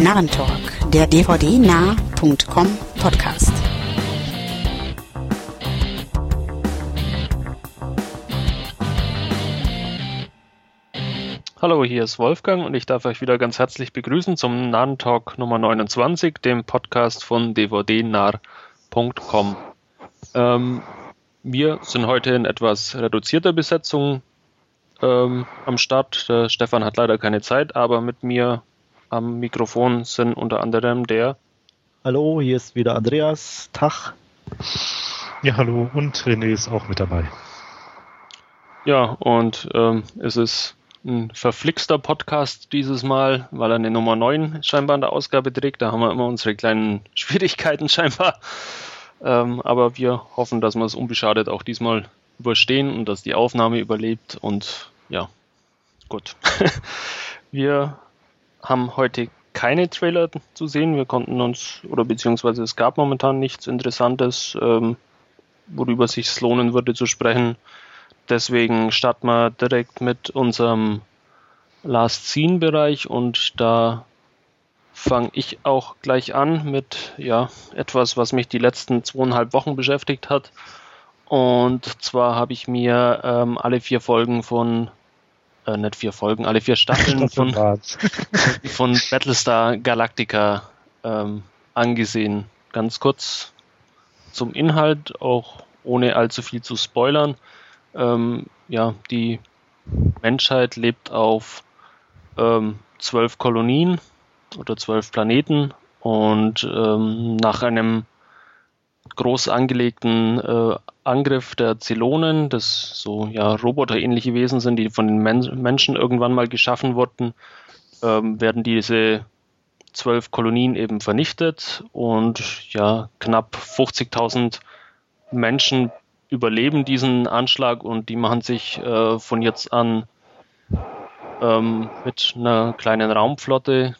Narrentalk, der dvdnah.com Podcast. Hallo, hier ist Wolfgang und ich darf euch wieder ganz herzlich begrüßen zum Narrentalk Nummer 29, dem Podcast von dvdnah.com. Wir sind heute in etwas reduzierter Besetzung am Start. Der Stefan hat leider keine Zeit, aber mit mir am Mikrofon sind unter anderem der... Hallo, hier ist wieder Andreas. Tag. Ja, hallo, und René ist auch mit dabei. Ja, und es ist ein verflixter Podcast dieses Mal, weil er eine Nummer 9 scheinbar in der Ausgabe trägt. Da haben wir immer unsere kleinen Schwierigkeiten scheinbar. Aber wir hoffen, dass wir es unbeschadet auch diesmal überstehen und dass die Aufnahme überlebt. Und ja, gut. Wir haben heute keine Trailer zu sehen. Wir konnten uns, oder beziehungsweise es gab momentan nichts Interessantes, worüber es sich lohnen würde zu sprechen. Deswegen starten wir direkt mit unserem Last Scene Bereich und da fange ich auch gleich an mit etwas, was mich die letzten 2,5 Wochen beschäftigt hat. Und zwar habe ich mir alle 4 Staffeln von Battlestar Galactica angesehen. Ganz kurz zum Inhalt, auch ohne allzu viel zu spoilern. Die Menschheit lebt auf 12 Kolonien oder 12 Planeten und nach einem groß angelegten Angriff der Zylonen, das so roboterähnliche Wesen sind, die von den Menschen irgendwann mal geschaffen wurden, werden diese 12 Kolonien eben vernichtet und knapp 50.000 Menschen überleben diesen Anschlag und die machen sich von jetzt an mit einer kleinen Raumflotte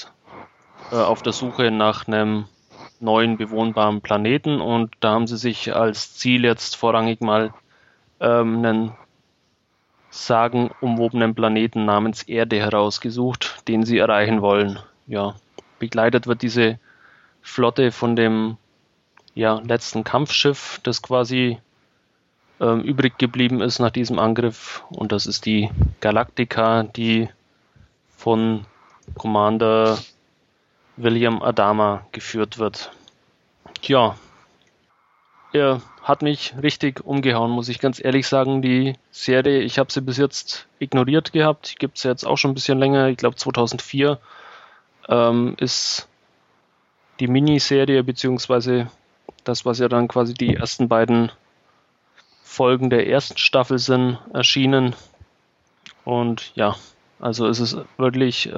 auf der Suche nach einem neuen bewohnbaren Planeten und da haben sie sich als Ziel jetzt vorrangig mal einen sagenumwobenen Planeten namens Erde herausgesucht, den sie erreichen wollen. Ja, begleitet wird diese Flotte von dem letzten Kampfschiff, das quasi übrig geblieben ist nach diesem Angriff und das ist die Galactica, die von Commander William Adama geführt wird. Ja, er hat mich richtig umgehauen, muss ich ganz ehrlich sagen. Die Serie, ich habe sie bis jetzt ignoriert gehabt, gibt es jetzt auch schon ein bisschen länger, ich glaube 2004 ist die Miniserie, beziehungsweise das, was ja dann quasi die ersten beiden Folgen der ersten Staffel sind, erschienen. Und also es ist wirklich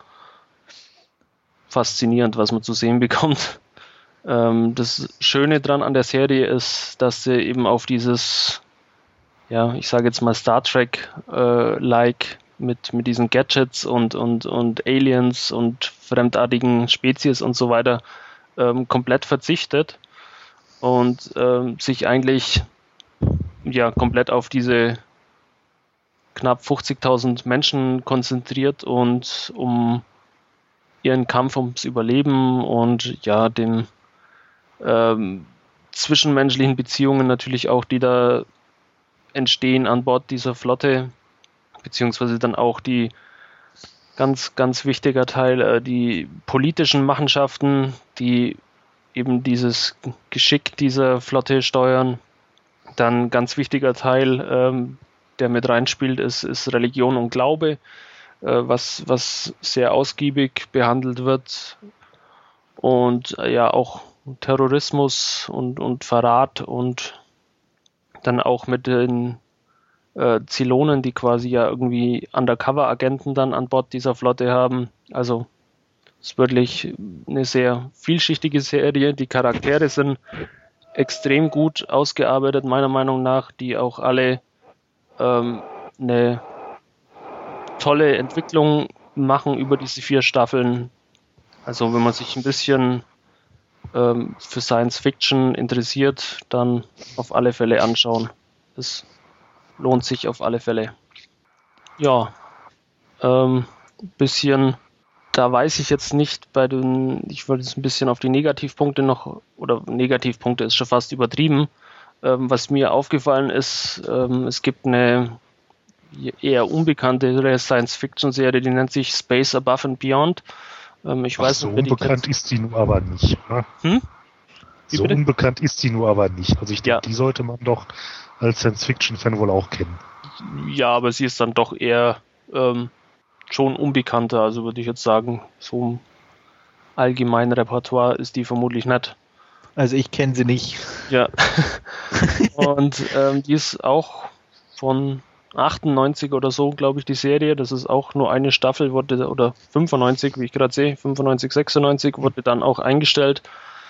faszinierend, was man zu sehen bekommt. Das Schöne dran an der Serie ist, dass sie eben auf dieses, ich sage jetzt mal Star Trek-like mit diesen Gadgets und Aliens und fremdartigen Spezies und so weiter komplett verzichtet und sich eigentlich komplett auf diese knapp 50.000 Menschen konzentriert und um ihren Kampf ums Überleben und den zwischenmenschlichen Beziehungen natürlich auch, die da entstehen an Bord dieser Flotte, beziehungsweise dann auch die ganz, ganz wichtiger Teil, die politischen Machenschaften, die eben dieses Geschick dieser Flotte steuern. Dann ganz wichtiger Teil, der mit reinspielt, ist Religion und Glaube, was sehr ausgiebig behandelt wird. Und auch Terrorismus und Verrat und dann auch mit den Zylonen, die quasi irgendwie Undercover-Agenten dann an Bord dieser Flotte haben. Also es ist wirklich eine sehr vielschichtige Serie. Die Charaktere sind extrem gut ausgearbeitet, meiner Meinung nach, die auch alle eine tolle Entwicklung machen über diese 4 Staffeln. Also wenn man sich ein bisschen für Science Fiction interessiert, dann auf alle Fälle anschauen. Das lohnt sich auf alle Fälle. Ja, bisschen Da weiß ich jetzt nicht ich wollte jetzt ein bisschen auf die Negativpunkte noch, oder Negativpunkte ist schon fast übertrieben. Was mir aufgefallen ist, es gibt eine eher unbekannte Science-Fiction-Serie, die nennt sich Space Above and Beyond. Ich weiß so nicht, unbekannt ist die nun aber nicht. Oder? So bitte? unbekannt ist die nur aber nicht. Also ich denke, Ja. die sollte man doch als Science-Fiction-Fan wohl auch kennen. Ja, aber sie ist dann doch eher schon unbekannter. Also würde ich jetzt sagen, so im allgemeinen Repertoire ist die vermutlich nicht. Also ich kenne sie nicht. Ja. Und die ist auch von 98 oder so, glaube ich, die Serie. Das ist auch nur eine Staffel, oder 95, wie ich gerade sehe, 95, 96 wurde dann auch eingestellt,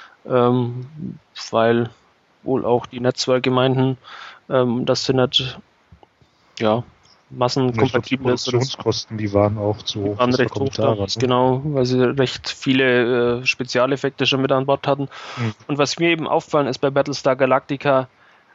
weil wohl auch die Netzwerke meinten, dass sie nicht massenkompatibel ist. Die Produktionskosten, die waren auch zu hoch. Waren recht hoch damals, genau, weil sie recht viele Spezialeffekte schon mit an Bord hatten. Und was mir eben auffallen ist bei Battlestar Galactica,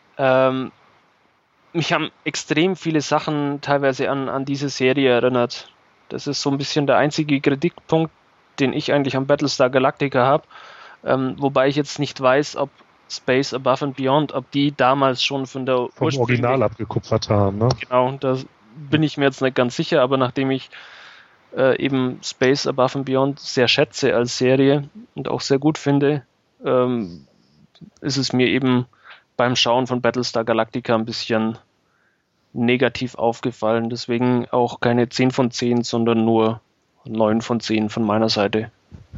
mich haben extrem viele Sachen teilweise an diese Serie erinnert. Das ist so ein bisschen der einzige Kritikpunkt, den ich eigentlich an Battlestar Galactica habe, wobei ich jetzt nicht weiß, ob Space Above and Beyond, ob die damals schon vom Original abgekupfert haben. Ne? Genau, da bin ich mir jetzt nicht ganz sicher, aber nachdem ich eben Space Above and Beyond sehr schätze als Serie und auch sehr gut finde, ist es mir eben beim Schauen von Battlestar Galactica ein bisschen negativ aufgefallen. Deswegen auch keine 10 von 10, sondern nur 9 von 10 von meiner Seite.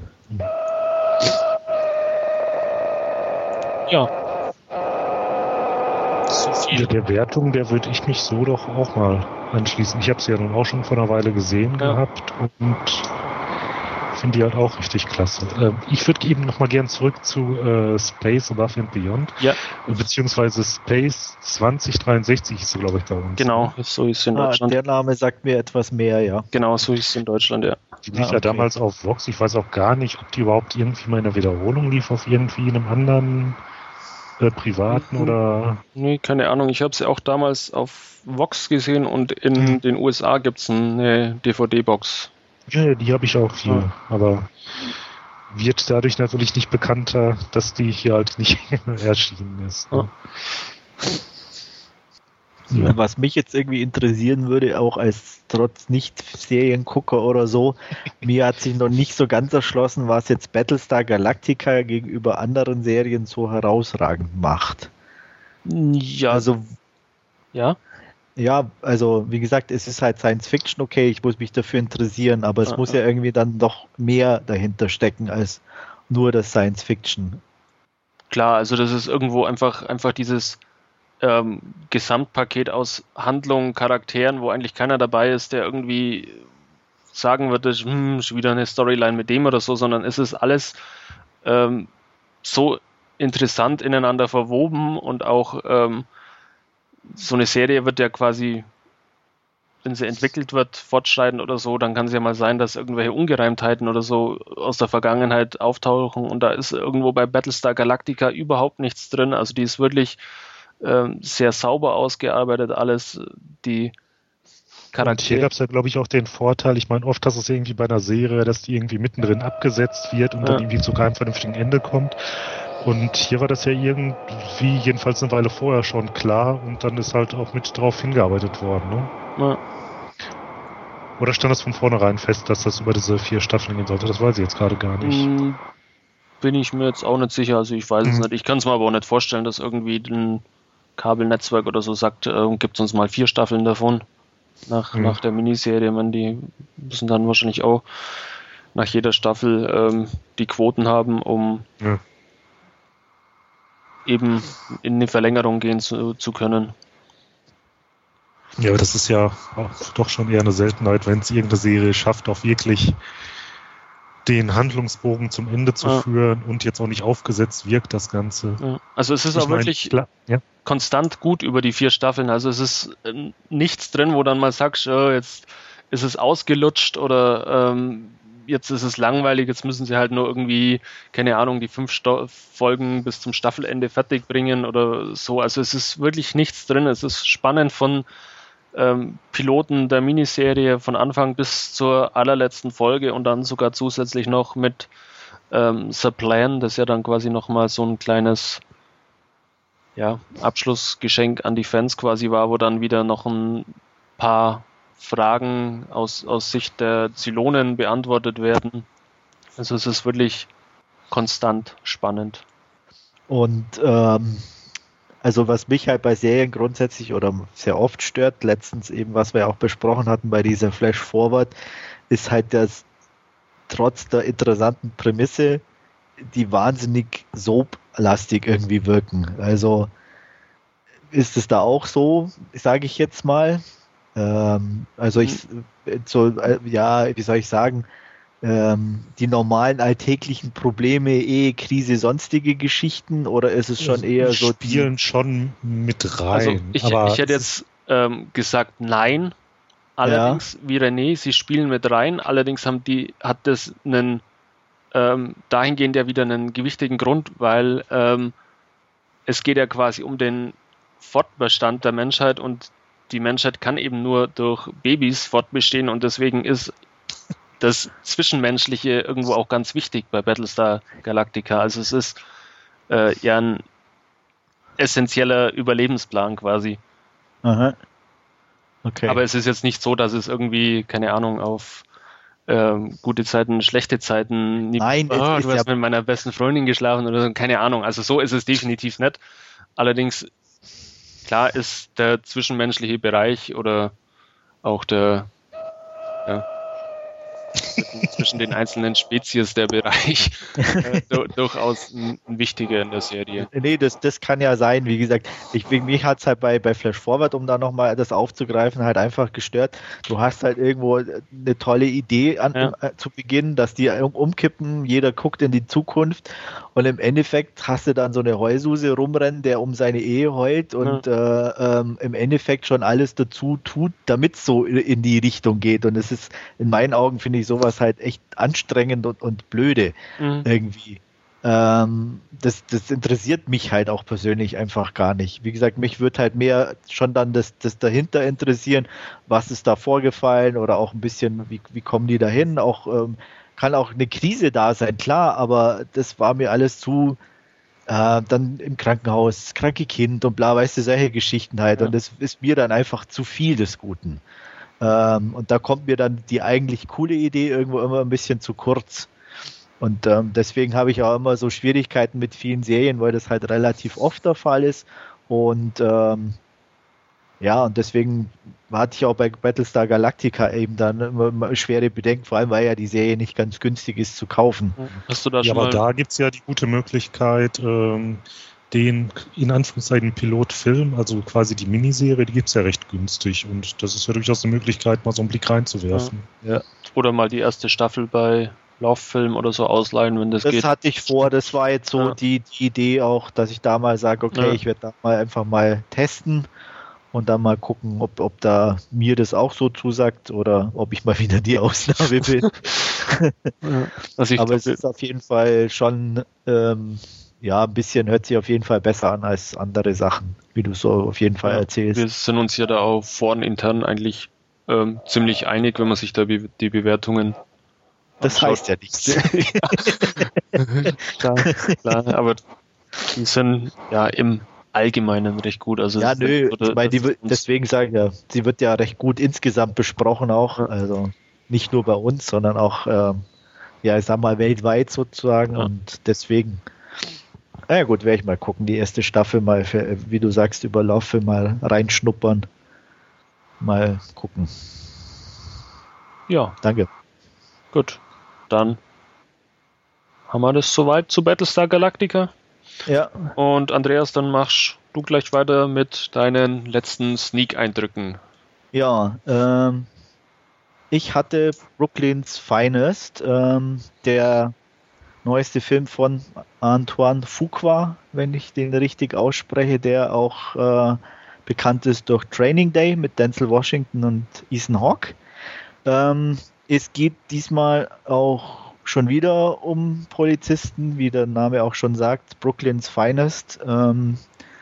Ja. So viel. Der Wertung, der würde ich mich so doch auch mal anschließen. Ich habe sie ja nun auch schon vor einer Weile gesehen gehabt und finde die halt auch richtig klasse. Ich würde eben noch mal gern zurück zu Space Above and Beyond, beziehungsweise Space 2063 ist so, glaube ich, bei uns. Genau, so ist es in Deutschland. Der Name sagt mir etwas mehr, ja. Genau, so ist es in Deutschland, ja. Die lief ja damals auf Vox. Ich weiß auch gar nicht, ob die überhaupt irgendwie mal in der Wiederholung lief, auf irgendwie einem anderen privaten oder... Nee, keine Ahnung. Ich habe sie auch damals auf Vox gesehen und in den USA gibt es eine DVD-Box. Ja, die habe ich auch hier, aber wird dadurch natürlich nicht bekannter, dass die hier halt nicht erschienen ist. Ne? Ja. Was mich jetzt irgendwie interessieren würde, auch als trotz Nicht-Seriengucker oder so, mir hat sich noch nicht so ganz erschlossen, was jetzt Battlestar Galactica gegenüber anderen Serien so herausragend macht. Ja. Also, ja? Ja, also wie gesagt, es ist halt Science Fiction, okay, ich muss mich dafür interessieren, aber es muss ja irgendwie dann doch mehr dahinter stecken als nur das Science Fiction. Klar, also das ist irgendwo einfach dieses Gesamtpaket aus Handlungen, Charakteren, wo eigentlich keiner dabei ist, der irgendwie sagen würde, schon wieder eine Storyline mit dem oder so, sondern es ist alles so interessant ineinander verwoben und auch so eine Serie wird ja quasi, wenn sie entwickelt wird, fortschreitend oder so, dann kann es ja mal sein, dass irgendwelche Ungereimtheiten oder so aus der Vergangenheit auftauchen und da ist irgendwo bei Battlestar Galactica überhaupt nichts drin. Also die ist wirklich sehr sauber ausgearbeitet, alles, die Charaktere. Und hier gab es ja, glaube ich, auch den Vorteil, ich meine, oft hast du es irgendwie bei einer Serie, dass die irgendwie mittendrin abgesetzt wird und dann irgendwie zu keinem vernünftigen Ende kommt. Und hier war das ja irgendwie, jedenfalls eine Weile vorher schon klar und dann ist halt auch mit drauf hingearbeitet worden, ne? Ja. Oder stand das von vornherein fest, dass das über diese 4 Staffeln gehen sollte? Das weiß ich jetzt gerade gar nicht. Bin ich mir jetzt auch nicht sicher, also ich weiß es nicht. Ich kann es mir aber auch nicht vorstellen, dass irgendwie ein Kabelnetzwerk oder so sagt, gibt uns mal 4 Staffeln davon nach der Miniserie. Die müssen dann wahrscheinlich auch nach jeder Staffel die Quoten haben, um eben in eine Verlängerung gehen zu können. Ja, aber das ist ja auch doch schon eher eine Seltenheit, wenn es irgendeine Serie schafft, auch wirklich den Handlungsbogen zum Ende zu führen und jetzt auch nicht aufgesetzt wirkt, das Ganze. Ja. Also es ist auch wirklich konstant gut über die 4 Staffeln. Also es ist nichts drin, wo dann mal sagst, jetzt ist es ausgelutscht oder jetzt ist es langweilig, jetzt müssen sie halt nur irgendwie, keine Ahnung, die 5 Folgen bis zum Staffelende fertig bringen oder so. Also es ist wirklich nichts drin. Es ist spannend von Piloten der Miniserie von Anfang bis zur allerletzten Folge und dann sogar zusätzlich noch mit The Plan, das ja dann quasi nochmal so ein kleines Abschlussgeschenk an die Fans quasi war, wo dann wieder noch ein paar Fragen aus Sicht der Zylonen beantwortet werden. Also es ist wirklich konstant spannend. Und also was mich halt bei Serien grundsätzlich oder sehr oft stört, letztens eben, was wir auch besprochen hatten bei dieser Flash Forward, ist halt, dass trotz der interessanten Prämisse die wahnsinnig soaplastig irgendwie wirken. Also ist es da auch so, sage ich jetzt mal. Wie soll ich sagen, die normalen alltäglichen Probleme, Krise, sonstige Geschichten, oder ist es schon eher so? Die spielen schon mit rein. Also ich hätte jetzt gesagt nein, allerdings wie René, sie spielen mit rein, allerdings hat das einen dahingehend ja wieder einen gewichtigen Grund, weil es geht ja quasi um den Fortbestand der Menschheit und die Menschheit kann eben nur durch Babys fortbestehen und deswegen ist das Zwischenmenschliche irgendwo auch ganz wichtig bei Battlestar Galactica. Also es ist ein essentieller Überlebensplan quasi. Aha. Okay. Aber es ist jetzt nicht so, dass es irgendwie, keine Ahnung, auf gute Zeiten, schlechte Zeiten, Nein, du hast mit meiner besten Freundin geschlafen oder so, keine Ahnung. Also so ist es definitiv nicht. Allerdings, klar ist der zwischenmenschliche Bereich oder auch der zwischen den einzelnen Spezies der Bereich durchaus ein wichtiger in der Serie. Nee, das kann ja sein. Wie gesagt, mich hat es halt bei Flash Forward, um da nochmal das aufzugreifen, halt einfach gestört. Du hast halt irgendwo eine tolle Idee zu Beginn, dass die umkippen, jeder guckt in die Zukunft und im Endeffekt hast du dann so eine Heulsuse rumrennen, der um seine Ehe heult und im Endeffekt schon alles dazu tut, damit es so in die Richtung geht. Und es ist in meinen Augen, finde ich, sowas halt echt anstrengend und blöde irgendwie. Das interessiert mich halt auch persönlich einfach gar nicht. Wie gesagt, mich würde halt mehr schon dann das dahinter interessieren, was ist da vorgefallen oder auch ein bisschen, wie kommen die dahin? Auch kann auch eine Krise da sein, klar, aber das war mir alles zu dann im Krankenhaus, das kranke Kind und bla, weißt du, solche Geschichten halt. Ja. Und das ist mir dann einfach zu viel des Guten. Und da kommt mir dann die eigentlich coole Idee irgendwo immer ein bisschen zu kurz. Und deswegen habe ich auch immer so Schwierigkeiten mit vielen Serien, weil das halt relativ oft der Fall ist. Und und deswegen hatte ich auch bei Battlestar Galactica eben dann immer schwere Bedenken, vor allem weil ja die Serie nicht ganz günstig ist zu kaufen. Hast du da schon aber da gibt es ja die gute Möglichkeit, den in Anführungszeichen Pilotfilm, also quasi die Miniserie, die gibt es ja recht günstig und das ist ja durchaus eine Möglichkeit, mal so einen Blick reinzuwerfen. Ja. Oder mal die erste Staffel bei Lauffilm oder so ausleihen, wenn das geht. Das hatte ich vor, das war jetzt so die Idee auch, dass ich da mal sage, okay, ich werde da mal einfach mal testen und dann mal gucken, ob da mir das auch so zusagt oder ob ich mal wieder die Ausnahme bin. Aber es ist auf jeden Fall schon ein bisschen hört sich auf jeden Fall besser an als andere Sachen, wie du so auf jeden Fall erzählst. Wir sind uns ja da auch vorn intern eigentlich ziemlich einig, wenn man sich da die Bewertungen das anschaut. Heißt ja nichts. klar, aber die sind ja im Allgemeinen recht gut. Also deswegen sage ich ja, sie wird ja recht gut insgesamt besprochen auch, also nicht nur bei uns, sondern auch, ich sag mal, weltweit sozusagen und deswegen naja gut, werde ich mal gucken, die erste Staffel mal, wie du sagst, über Laufe mal reinschnuppern. Mal gucken. Ja. Danke. Gut, dann haben wir das soweit zu Battlestar Galactica. Ja. Und Andreas, dann machst du gleich weiter mit deinen letzten Sneak-Eindrücken. Ja, ich hatte Brooklyn's Finest, der neueste Film von Antoine Fuqua, wenn ich den richtig ausspreche, der auch bekannt ist durch Training Day mit Denzel Washington und Ethan Hawke. Es geht diesmal auch schon wieder um Polizisten, wie der Name auch schon sagt, Brooklyn's Finest.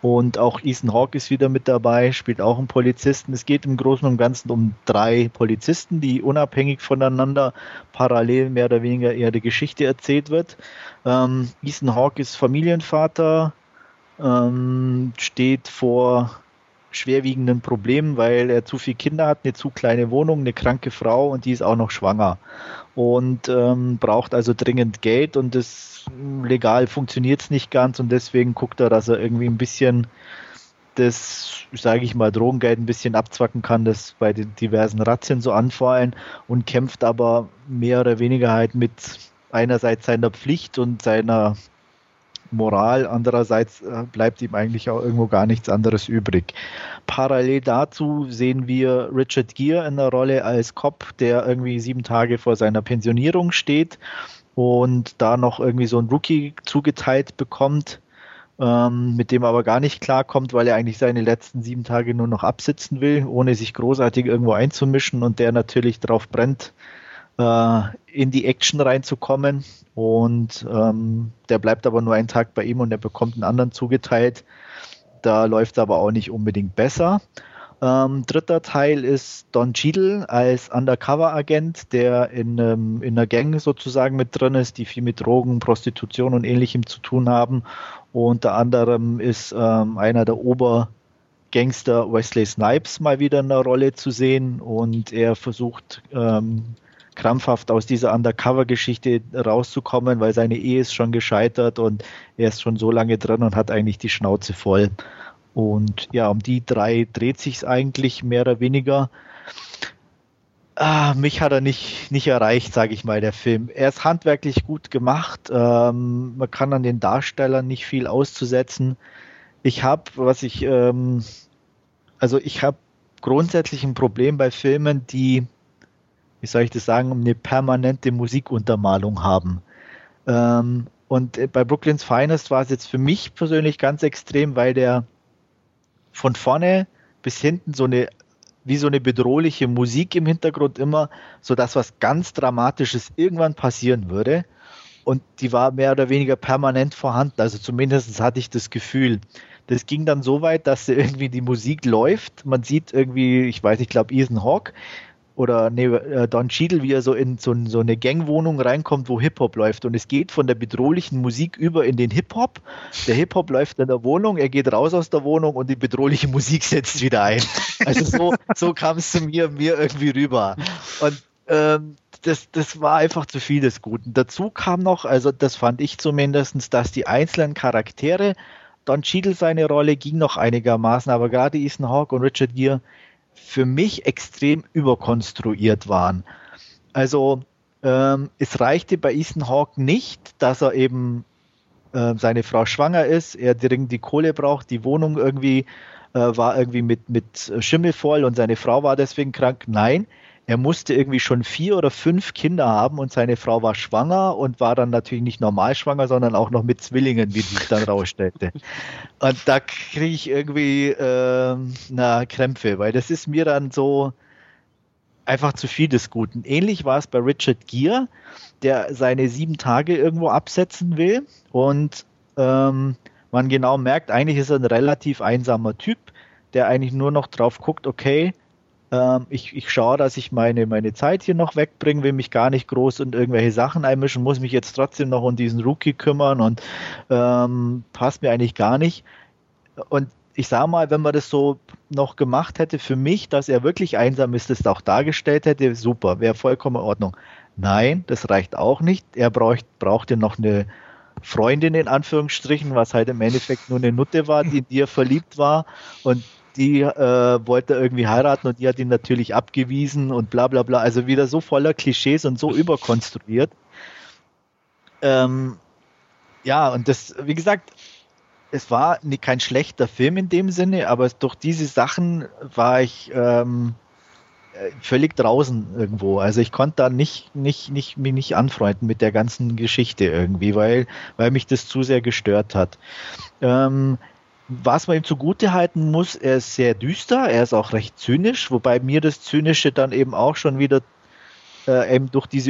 Und auch Ethan Hawke ist wieder mit dabei, spielt auch einen Polizisten. Es geht im Großen und Ganzen um 3 Polizisten, die unabhängig voneinander parallel mehr oder weniger eher die Geschichte erzählt wird. Ethan Hawke ist Familienvater, steht vor schwerwiegenden Problemen, weil er zu viele Kinder hat, eine zu kleine Wohnung, eine kranke Frau und die ist auch noch schwanger und braucht also dringend Geld und das legal funktioniert es nicht ganz und deswegen guckt er, dass er irgendwie ein bisschen das, sage ich mal, Drogengeld ein bisschen abzwacken kann, das bei den diversen Razzien so anfallen und kämpft aber mehr oder weniger halt mit einerseits seiner Pflicht und seiner Moral, andererseits bleibt ihm eigentlich auch irgendwo gar nichts anderes übrig. Parallel dazu sehen wir Richard Gere in der Rolle als Cop, der irgendwie 7 Tage vor seiner Pensionierung steht und da noch irgendwie so ein Rookie zugeteilt bekommt, mit dem aber gar nicht klarkommt, weil er eigentlich seine letzten 7 Tage nur noch absitzen will, ohne sich großartig irgendwo einzumischen und der natürlich drauf brennt, in die Action reinzukommen und der bleibt aber nur einen Tag bei ihm und er bekommt einen anderen zugeteilt. Da läuft es aber auch nicht unbedingt besser. 3. Teil ist Don Cheadle als Undercover-Agent, der in einer Gang sozusagen mit drin ist, die viel mit Drogen, Prostitution und Ähnlichem zu tun haben. Unter anderem ist einer der Obergangster Wesley Snipes mal wieder in der Rolle zu sehen und er versucht krampfhaft aus dieser Undercover-Geschichte rauszukommen, weil seine Ehe ist schon gescheitert und er ist schon so lange drin und hat eigentlich die Schnauze voll. Und ja, um die 3 dreht sich's eigentlich mehr oder weniger. Mich hat er nicht erreicht, sage ich mal, der Film. Er ist handwerklich gut gemacht. Man kann an den Darstellern nicht viel auszusetzen. Ich habe grundsätzlich ein Problem bei Filmen, die, wie soll ich das sagen, eine permanente Musikuntermalung haben. Und bei Brooklyn's Finest war es jetzt für mich persönlich ganz extrem, weil der von vorne bis hinten wie so eine bedrohliche Musik im Hintergrund immer, so dass was ganz Dramatisches irgendwann passieren würde. Und die war mehr oder weniger permanent vorhanden. Also zumindest hatte ich das Gefühl. Das ging dann so weit, dass irgendwie die Musik läuft. Man sieht irgendwie, ich weiß nicht, ich glaube Ethan Hawke oder Don Cheadle, wie er so in so eine Gangwohnung reinkommt, wo Hip-Hop läuft. Und es geht von der bedrohlichen Musik über in den Hip-Hop. Der Hip-Hop läuft in der Wohnung, er geht raus aus der Wohnung und die bedrohliche Musik setzt wieder ein. Also so kam es zu mir irgendwie rüber. Und das war einfach zu viel des Guten. Dazu kam noch, also das fand ich zumindest, dass die einzelnen Charaktere, Don Cheadle seine Rolle ging noch einigermaßen, aber gerade Ethan Hawke und Richard Gere für mich extrem überkonstruiert waren. Also es reichte bei Ethan Hawke nicht, dass er eben seine Frau schwanger ist, er dringend die Kohle braucht, die Wohnung irgendwie war irgendwie mit Schimmel voll und seine Frau war deswegen krank. Nein, er musste irgendwie schon 4 oder 5 Kinder haben und seine Frau war schwanger und war dann natürlich nicht normal schwanger, sondern auch noch mit Zwillingen, wie sich dann rausstellte. Und da kriege ich irgendwie Krämpfe, weil das ist mir dann so einfach zu viel des Guten. Ähnlich war es bei Richard Gere, der seine 7 Tage irgendwo absetzen will und man genau merkt, eigentlich ist er ein relativ einsamer Typ, der eigentlich nur noch drauf guckt, okay, ich schaue, dass ich meine Zeit hier noch wegbringe, will mich gar nicht groß in irgendwelche Sachen einmischen, muss mich jetzt trotzdem noch um diesen Rookie kümmern und passt mir eigentlich gar nicht. Und ich sage mal, wenn man das so noch gemacht hätte für mich, dass er wirklich einsam ist, das auch dargestellt hätte, super, wäre vollkommen in Ordnung. Nein, das reicht auch nicht. Er brauchte noch eine Freundin in Anführungsstrichen, was halt im Endeffekt nur eine Nutte war, in die er verliebt war und die wollte er irgendwie heiraten und die hat ihn natürlich abgewiesen und bla bla bla. Also wieder so voller Klischees und so überkonstruiert. Ja, und das, wie gesagt, es war kein schlechter Film in dem Sinne, aber durch diese Sachen war ich völlig draußen irgendwo. Also ich konnte da mich nicht anfreunden mit der ganzen Geschichte irgendwie, weil mich das zu sehr gestört hat. Was man ihm zugute halten muss, er ist sehr düster, er ist auch recht zynisch, wobei mir das Zynische dann eben auch schon wieder eben durch diese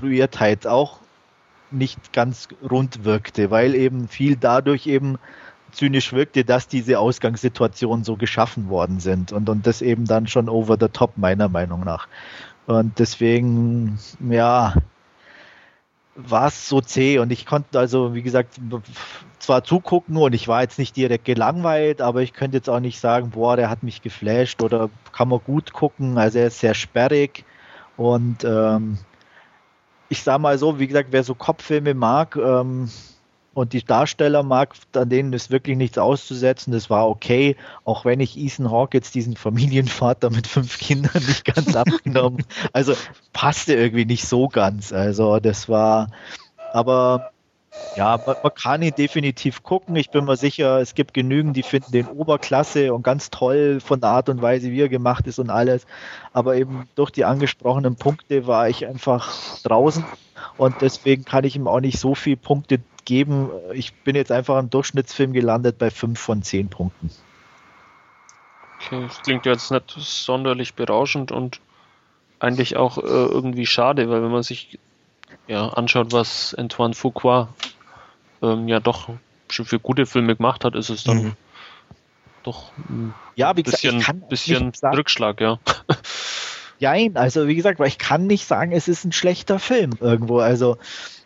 Überkonstruiertheit auch nicht ganz rund wirkte, weil eben viel dadurch eben zynisch wirkte, dass diese Ausgangssituationen so geschaffen worden sind und das eben dann schon over the top, meiner Meinung nach. Und deswegen, ja, war es so zäh und ich konnte also, wie gesagt, zwar zugucken und ich war jetzt nicht direkt gelangweilt, aber ich könnte jetzt auch nicht sagen, boah, der hat mich geflasht oder kann man gut gucken, also er ist sehr sperrig und ich sag mal so, wie gesagt, wer so Kopffilme mag und die Darsteller mag, an denen ist wirklich nichts auszusetzen, das war okay, auch wenn ich Ethan Hawke jetzt diesen Familienvater mit 5 Kindern nicht ganz abgenommen, also passte irgendwie nicht so ganz, also das war, aber ja, man kann ihn definitiv gucken, ich bin mir sicher, es gibt genügend, die finden den Oberklasse und ganz toll von der Art und Weise, wie er gemacht ist und alles, aber eben durch die angesprochenen Punkte war ich einfach draußen und deswegen kann ich ihm auch nicht so viele Punkte geben. Ich bin jetzt einfach im Durchschnittsfilm gelandet bei 5 von 10 Punkten. Okay, das klingt jetzt nicht sonderlich berauschend und eigentlich auch irgendwie schade, weil wenn man sich anschaut, was Antoine Fuqua doch schon für gute Filme gemacht hat, ist es dann doch ein bisschen Rückschlag, ja. Nein, also wie gesagt, weil ich kann nicht sagen, es ist ein schlechter Film irgendwo, also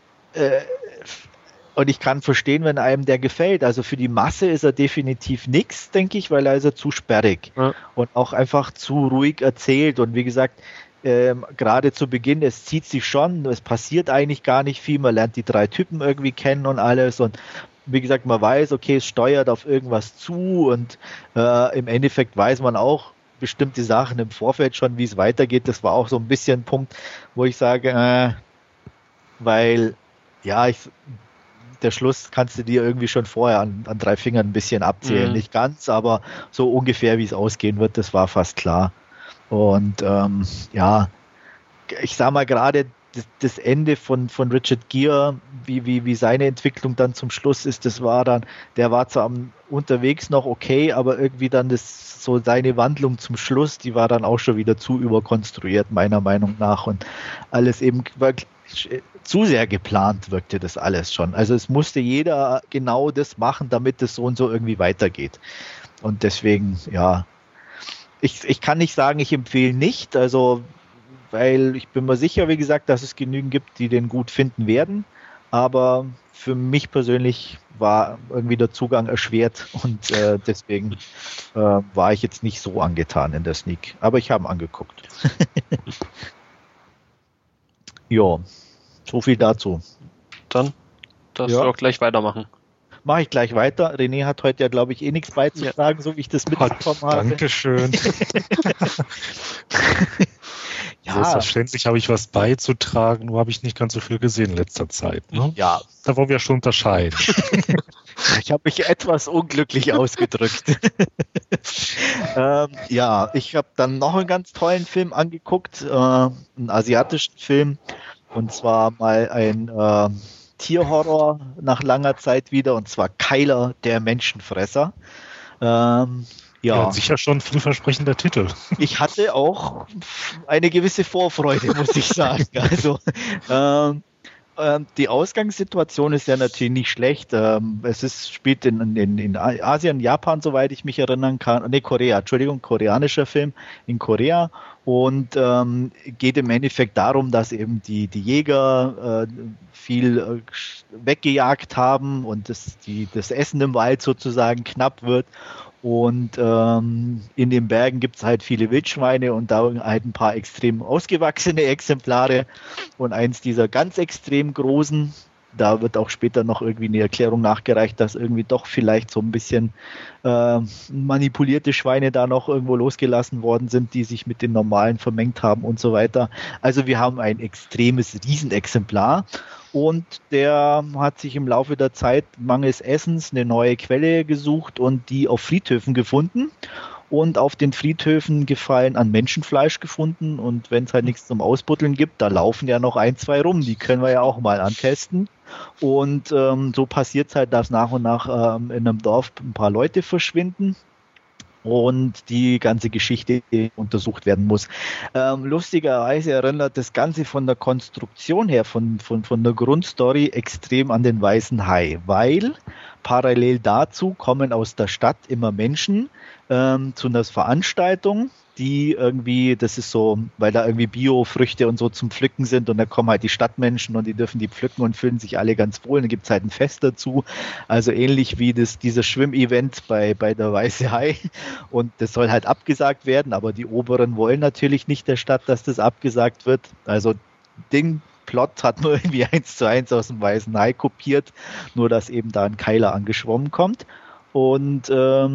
und ich kann verstehen, wenn einem der gefällt. Also für die Masse ist er definitiv nichts, denke ich, weil er ist ja zu sperrig und auch einfach zu ruhig erzählt. Und wie gesagt, gerade zu Beginn, es zieht sich schon, es passiert eigentlich gar nicht viel. Man lernt die 3 Typen irgendwie kennen und alles. Und wie gesagt, man weiß, okay, es steuert auf irgendwas zu. Und im Endeffekt weiß man auch bestimmte Sachen im Vorfeld schon, wie es weitergeht. Das war auch so ein bisschen ein Punkt, wo ich sage, weil, ja, der Schluss kannst du dir irgendwie schon vorher an 3 Fingern ein bisschen abzählen. Nicht ganz, aber so ungefähr, wie es ausgehen wird, das war fast klar. Und ich sag mal gerade das Ende von Richard Gere, wie seine Entwicklung dann zum Schluss ist, der war zwar unterwegs noch okay, aber irgendwie dann so seine Wandlung zum Schluss, die war dann auch schon wieder zu überkonstruiert, meiner Meinung nach. Und alles eben zu sehr geplant wirkte das alles schon. Also es musste jeder genau das machen, damit es so und so irgendwie weitergeht. Und deswegen, ja, ich kann nicht sagen, ich empfehle nicht, also weil ich bin mir sicher, wie gesagt, dass es genügend gibt, die den gut finden werden, aber für mich persönlich war irgendwie der Zugang erschwert und deswegen war ich jetzt nicht so angetan in der Sneak, aber ich habe ihn angeguckt. Ja, so viel dazu. Dann darfst du auch gleich weitermachen. Mache ich gleich weiter. René hat heute ja, glaube ich, nichts beizutragen, so wie ich das mitbekommen habe. Dankeschön. Ja. Selbstverständlich habe ich was beizutragen, nur habe ich nicht ganz so viel gesehen in letzter Zeit. Ne? Ja. Da wollen wir schon unterscheiden. Ich habe mich etwas unglücklich ausgedrückt. Ich habe dann noch einen ganz tollen Film angeguckt, einen asiatischen Film, und zwar mal ein Tierhorror nach langer Zeit wieder, und zwar Kyler, der Menschenfresser. Ja, sicher schon ein vielversprechender Titel. Ich hatte auch eine gewisse Vorfreude, muss ich sagen. Also die Ausgangssituation ist ja natürlich nicht schlecht. Spielt in Asien, Japan, soweit ich mich erinnern kann. Korea, Entschuldigung, koreanischer Film in Korea. Und geht im Endeffekt darum, dass eben die Jäger viel weggejagt haben und das Essen im Wald sozusagen knapp wird. Und in den Bergen gibt es halt viele Wildschweine und da halt ein paar extrem ausgewachsene Exemplare. Und eins dieser ganz extrem großen, da wird auch später noch irgendwie eine Erklärung nachgereicht, dass irgendwie doch vielleicht so ein bisschen manipulierte Schweine da noch irgendwo losgelassen worden sind, die sich mit den normalen vermengt haben und so weiter. Also wir haben ein extremes Riesenexemplar. Und der hat sich im Laufe der Zeit mangels Essens eine neue Quelle gesucht und die auf Friedhöfen gefunden. Und auf den Friedhöfen Gefallen an Menschenfleisch gefunden. Und wenn es halt nichts zum Ausbuddeln gibt, da laufen ja noch 1, 2 rum. Die können wir ja auch mal antesten. Und so passiert es halt, dass nach und nach in einem Dorf ein paar Leute verschwinden. Und die ganze Geschichte untersucht werden muss. Lustigerweise erinnert das Ganze von der Konstruktion her, von der Grundstory extrem an den Weißen Hai, weil parallel dazu kommen aus der Stadt immer Menschen zu einer Veranstaltung, die irgendwie, das ist so, weil da irgendwie Biofrüchte und so zum Pflücken sind und da kommen halt die Stadtmenschen und die dürfen die pflücken und fühlen sich alle ganz wohl und dann gibt es halt ein Fest dazu, also ähnlich wie dieses Schwimmevent bei der Weiße Hai und das soll halt abgesagt werden, aber die Oberen wollen natürlich nicht der Stadt, dass das abgesagt wird, also den Plot hat man irgendwie 1:1 aus dem Weißen Hai kopiert, nur dass eben da ein Keiler angeschwommen kommt und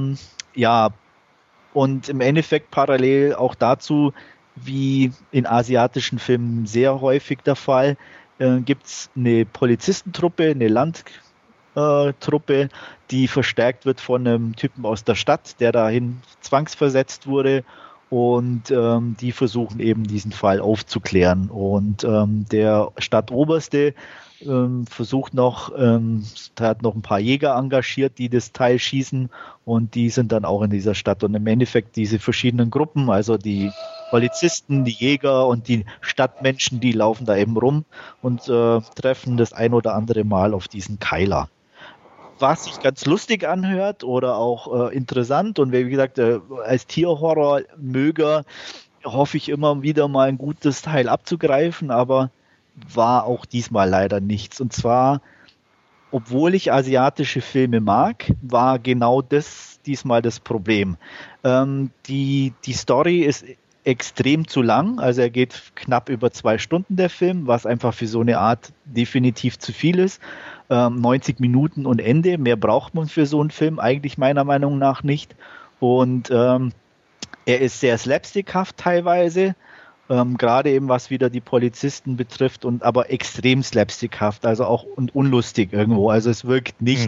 und im Endeffekt parallel auch dazu, wie in asiatischen Filmen sehr häufig der Fall, gibt es eine Polizistentruppe, eine Landtruppe, die verstärkt wird von einem Typen aus der Stadt, der dahin zwangsversetzt wurde und die versuchen eben diesen Fall aufzuklären. Und der Stadtoberste versucht noch, hat noch ein paar Jäger engagiert, die das Teil schießen und die sind dann auch in dieser Stadt und im Endeffekt diese verschiedenen Gruppen, also die Polizisten, die Jäger und die Stadtmenschen, die laufen da eben rum und treffen das ein oder andere Mal auf diesen Keiler. Was sich ganz lustig anhört oder auch interessant und wie gesagt, als Tierhorror-Möger hoffe ich immer wieder mal ein gutes Teil abzugreifen, aber war auch diesmal leider nichts. Und zwar, obwohl ich asiatische Filme mag, war genau das diesmal das Problem. Die Story ist extrem zu lang, also er geht knapp über 2 Stunden der Film, was einfach für so eine Art definitiv zu viel ist. 90 Minuten und Ende, mehr braucht man für so einen Film eigentlich meiner Meinung nach nicht. Und er ist sehr slapstickhaft teilweise, gerade eben was wieder die Polizisten betrifft, aber extrem slapstickhaft, also auch und unlustig irgendwo, also es wirkt nicht.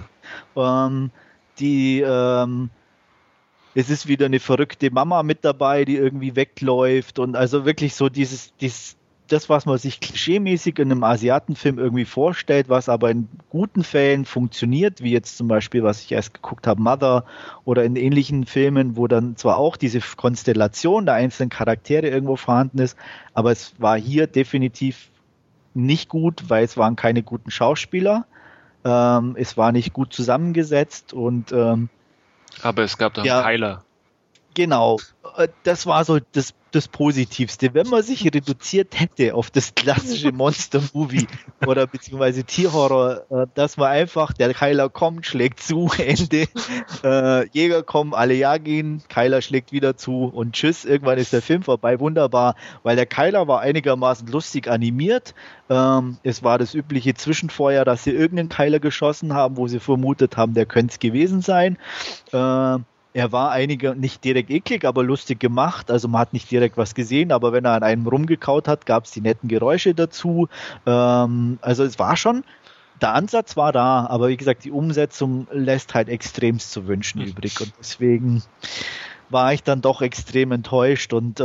Es ist wieder eine verrückte Mama mit dabei, die irgendwie wegläuft und also wirklich so das, was man sich klischeemäßig in einem Asiatenfilm irgendwie vorstellt, was aber in guten Fällen funktioniert, wie jetzt zum Beispiel, was ich erst geguckt habe, Mother oder in ähnlichen Filmen, wo dann zwar auch diese Konstellation der einzelnen Charaktere irgendwo vorhanden ist, aber es war hier definitiv nicht gut, weil es waren keine guten Schauspieler, es war nicht gut zusammengesetzt und aber es gab doch einen Keiler. Genau, das war so das Positivste. Wenn man sich reduziert hätte auf das klassische Monster-Movie oder beziehungsweise Tierhorror, dass man einfach, der Keiler kommt, schlägt zu, Ende, Jäger kommen, alle jagen, Keiler schlägt wieder zu und tschüss, irgendwann ist der Film vorbei, wunderbar, weil der Keiler war einigermaßen lustig animiert, es war das übliche Zwischenfeuer, dass sie irgendeinen Keiler geschossen haben, wo sie vermutet haben, der könnte es gewesen sein, er war nicht direkt eklig, aber lustig gemacht. Also man hat nicht direkt was gesehen, aber wenn er an einem rumgekaut hat, gab es die netten Geräusche dazu. Also es war schon, der Ansatz war da, aber wie gesagt, die Umsetzung lässt halt extremst zu wünschen übrig. Und deswegen war ich dann doch extrem enttäuscht und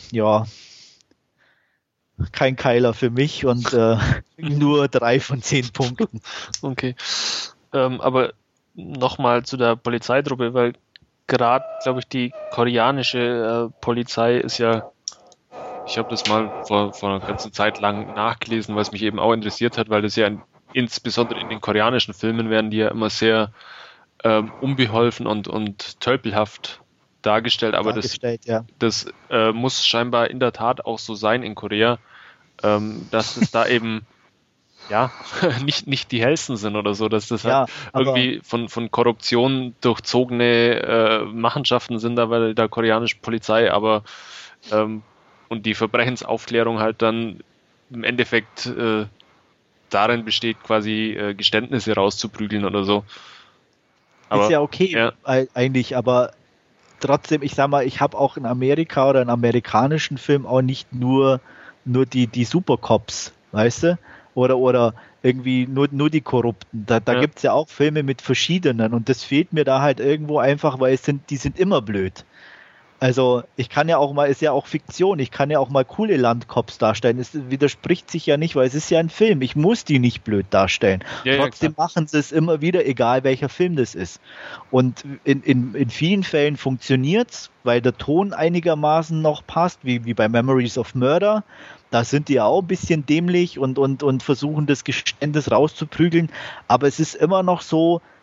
kein Keiler für mich und nur 3 von 10 Punkten. Okay. Aber nochmal zu der Polizeitruppe, weil gerade, glaube ich, die koreanische Polizei ist ja, ich habe das mal vor einer ganzen Zeit lang nachgelesen, weil es mich eben auch interessiert hat, weil das ja insbesondere in den koreanischen Filmen werden die ja immer sehr unbeholfen und tölpelhaft dargestellt, aber das muss scheinbar in der Tat auch so sein in Korea, dass es da eben nicht die hellsten sind oder so, dass das halt irgendwie von Korruption durchzogene Machenschaften sind da bei der koreanischen Polizei, aber und die Verbrechensaufklärung halt dann im Endeffekt darin besteht, quasi Geständnisse rauszuprügeln oder so. Aber, ist ja okay eigentlich, aber trotzdem, ich sag mal, ich habe auch in Amerika oder in amerikanischen Filmen auch nicht nur die Supercops, weißt du? Oder irgendwie nur die Korrupten. Da gibt es ja auch Filme mit verschiedenen und das fehlt mir da halt irgendwo einfach, weil die sind immer blöd. Also ich kann ja auch mal, ist ja auch Fiktion, ich kann ja auch mal coole Landcops darstellen. Es widerspricht sich ja nicht, weil es ist ja ein Film. Ich muss die nicht blöd darstellen. Trotzdem machen sie es immer wieder, egal welcher Film das ist. Und in vielen Fällen funktioniert es, weil der Ton einigermaßen noch passt, wie bei Memories of Murder. Da sind die ja auch ein bisschen dämlich und versuchen das Geständnis rauszuprügeln. Aber es ist immer noch so,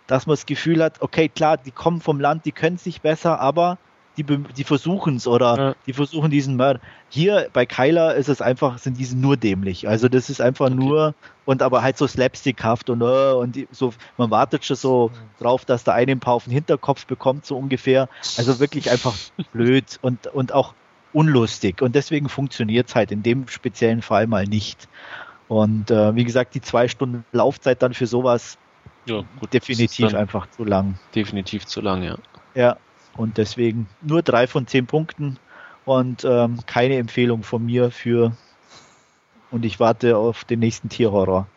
dass man das Gefühl hat, okay, klar, die kommen vom Land, die können es nicht besser, aber die versuchen es oder die versuchen diesen Mörder. Hier bei Kyler ist es einfach, sind diese nur dämlich. Also das ist einfach nur, und aber halt so slapstickhaft und so, man wartet schon so drauf, dass der eine ein paar auf den Hinterkopf bekommt, so ungefähr. Also wirklich einfach blöd und auch unlustig. Und deswegen funktioniert es halt in dem speziellen Fall mal nicht. Und wie gesagt, die 2 Stunden Laufzeit dann für sowas definitiv einfach zu lang. Definitiv zu lang, ja. Ja. Und deswegen nur 3 von 10 Punkten und keine Empfehlung von mir und ich warte auf den nächsten Tierhorror.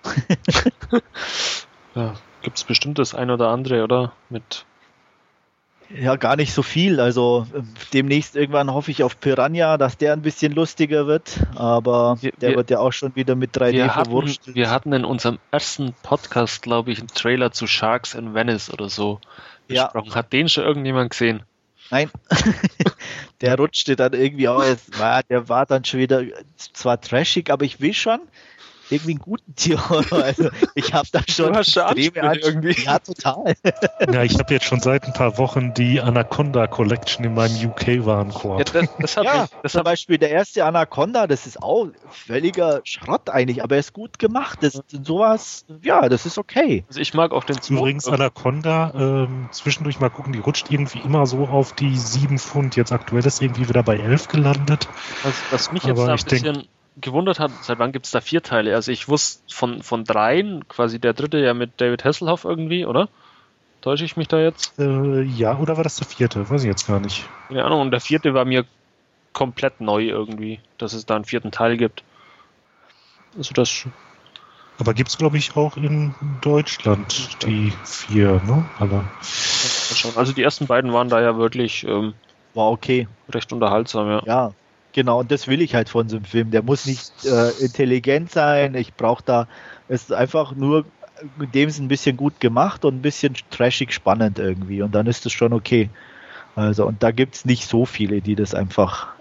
Ja, gibt es bestimmt das ein oder andere, oder? Ja, gar nicht so viel. Also demnächst irgendwann hoffe ich auf Piranha, dass der ein bisschen lustiger wird, aber der wird ja auch schon wieder mit 3D verwurscht. Wir hatten in unserem ersten Podcast, glaube ich, einen Trailer zu Sharks in Venice oder so besprochen. Hat den schon irgendjemand gesehen? Nein, der rutschte dann irgendwie aus. Der war dann schon wieder zwar trashig, aber ich will schon irgendwie einen guten Tierhorror. Also ich habe da schon extreme irgendwie. Ja, total. Ja, ich habe jetzt schon seit ein paar Wochen die Anaconda Collection in meinem UK-Warenkorb. Zum Beispiel der erste Anaconda, das ist auch völliger Schrott eigentlich, aber er ist gut gemacht. Das ist sowas, das ist okay. Also ich mag auch den zweiten. Übrigens Anaconda, zwischendurch mal gucken, die rutscht irgendwie immer so auf die 7 Pfund. Jetzt aktuell ist irgendwie wieder bei 11 gelandet. Was mich jetzt da ein bisschen gewundert hat, seit wann gibt es da 4 Teile? Also ich wusste von 3, quasi der dritte ja mit David Hasselhoff irgendwie, oder? Täusche ich mich da jetzt? Ja, oder war das der 4.? Weiß ich jetzt gar nicht. Keine Ahnung, und der 4. war mir komplett neu irgendwie, dass es da einen 4. Teil gibt. Also das... Aber gibt es, glaube ich, auch in Deutschland die 4, ne? Also die ersten beiden waren da ja wirklich war okay. Recht unterhaltsam, ja. Ja. Genau, und das will ich halt von so einem Film. Der muss nicht intelligent sein. Ich brauche da, es ist einfach nur in dem Sinne ein bisschen gut gemacht und ein bisschen trashig spannend irgendwie. Und dann ist das schon okay. Also, und da gibt es nicht so viele, die das einfach,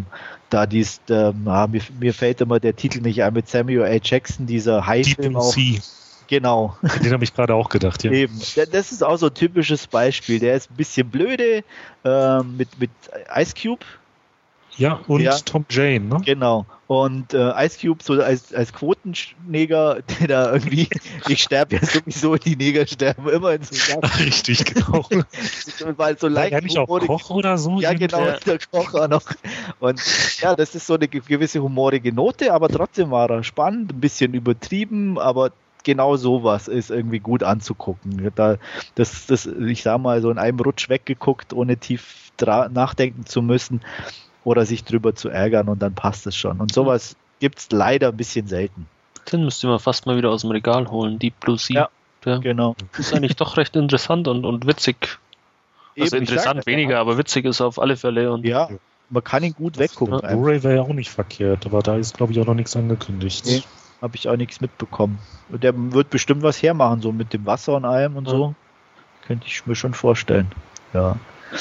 mir fällt immer der Titel nicht ein, mit Samuel L. Jackson, dieser High-Film auch. Genau. Den habe ich gerade auch gedacht, ja. Eben. Das ist auch so ein typisches Beispiel. Der ist ein bisschen blöde, mit Ice Cube. Ja, und Tom Jane, ne? Genau. Und Ice Cube so als Quotenneger, der da irgendwie, ich sterbe ja sowieso, die Neger sterben immer in so Sachen. Richtig, genau. Weil so leicht ja nicht auch Koch oder so? Ja, genau, der Koch auch noch. Und ja, das ist so eine gewisse humorige Note, aber trotzdem war er spannend, ein bisschen übertrieben, aber genau sowas ist irgendwie gut anzugucken. Ich sag mal, so in einem Rutsch weggeguckt, ohne tief nachdenken zu müssen. Oder sich drüber zu ärgern und dann passt es schon. Und sowas gibt es leider ein bisschen selten. Den müsste man fast mal wieder aus dem Regal holen, Deep Blue Sea. Ja, genau. Ist eigentlich doch recht interessant und witzig. Also interessant weniger, aber witzig ist auf alle Fälle. Und ja, man kann ihn gut weggucken. Blu-ray wäre ja auch nicht verkehrt, aber da ist, glaube ich, auch noch nichts angekündigt. Nee, habe ich auch nichts mitbekommen. Und der wird bestimmt was hermachen, so mit dem Wasser und allem und so. Könnte ich mir schon vorstellen. Ja.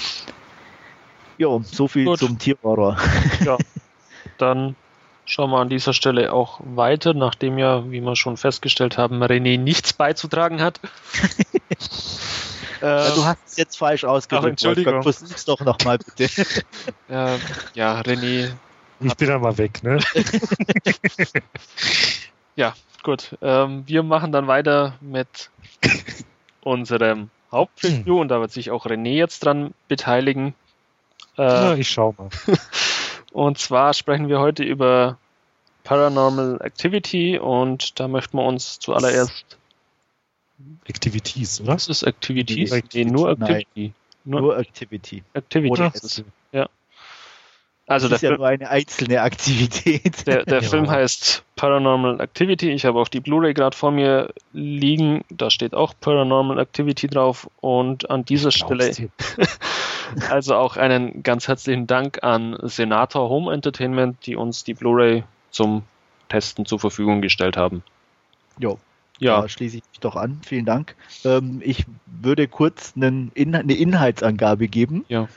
Jo, so viel zum Tierhorror. Ja, dann schauen wir an dieser Stelle auch weiter, nachdem ja, wie wir schon festgestellt haben, René nichts beizutragen hat. Du hast es jetzt falsch ausgedrückt. Entschuldigung. Versuch's doch nochmal bitte. Ja, René. Ich bin da mal weg, ne? Ja, gut. Wir machen dann weiter mit unserem Hauptreview und da wird sich auch René jetzt dran beteiligen. Ich schau mal. Und zwar sprechen wir heute über Paranormal Activity und da möchten wir uns zuallererst Activities, oder? Was ist Activities? Nee, nur Activity. Nur Activity. Activity ist es. Ja. Also das ist ja nur eine einzelne Aktivität. Der Film heißt Paranormal Activity. Ich habe auch die Blu-ray gerade vor mir liegen. Da steht auch Paranormal Activity drauf. Und an dieser Stelle also auch einen ganz herzlichen Dank an Senator Home Entertainment, die uns die Blu-ray zum Testen zur Verfügung gestellt haben. Jo. Ja, da schließe ich mich doch an. Vielen Dank. Ich würde kurz eine Inhaltsangabe geben. Ja.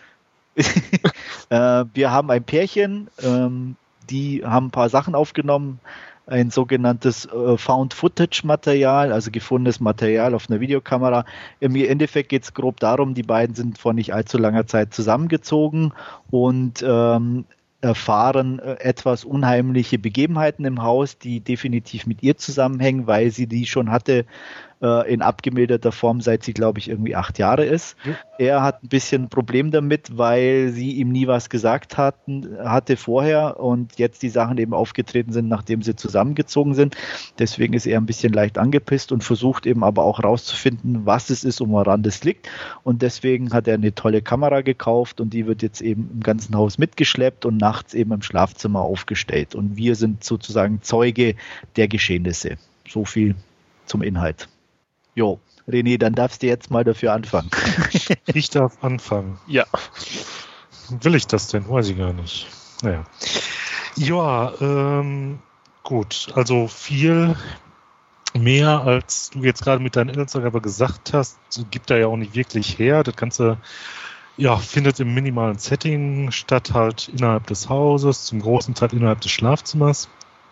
Wir haben ein Pärchen, die haben ein paar Sachen aufgenommen. ein sogenanntes Found-Footage-Material, also gefundenes Material auf einer Videokamera. Im Endeffekt geht es grob darum, die beiden sind vor nicht allzu langer Zeit zusammengezogen und erfahren etwas unheimliche Begebenheiten im Haus, die definitiv mit ihr zusammenhängen, weil sie die schon hatte in abgemilderter Form, seit sie, glaube ich, irgendwie 8 Jahre ist. Ja. Er hat ein bisschen ein Problem damit, weil sie ihm nie was gesagt hatte vorher und jetzt die Sachen eben aufgetreten sind, nachdem sie zusammengezogen sind. Deswegen ist er ein bisschen leicht angepisst und versucht eben aber auch rauszufinden, was es ist und woran das liegt. Und deswegen hat er eine tolle Kamera gekauft und die wird jetzt eben im ganzen Haus mitgeschleppt und nachts eben im Schlafzimmer aufgestellt. Und wir sind sozusagen Zeuge der Geschehnisse. So viel zum Inhalt. Jo, René, dann darfst du jetzt mal dafür anfangen. Ich darf anfangen. Ja. Will ich das denn? Weiß ich gar nicht. Naja. Ja, gut. Also viel mehr, als du jetzt gerade mit deinen Inhaltsangabe gesagt hast, gibt er ja auch nicht wirklich her. Das Ganze findet im minimalen Setting statt, halt innerhalb des Hauses, zum großen Teil innerhalb des Schlafzimmers.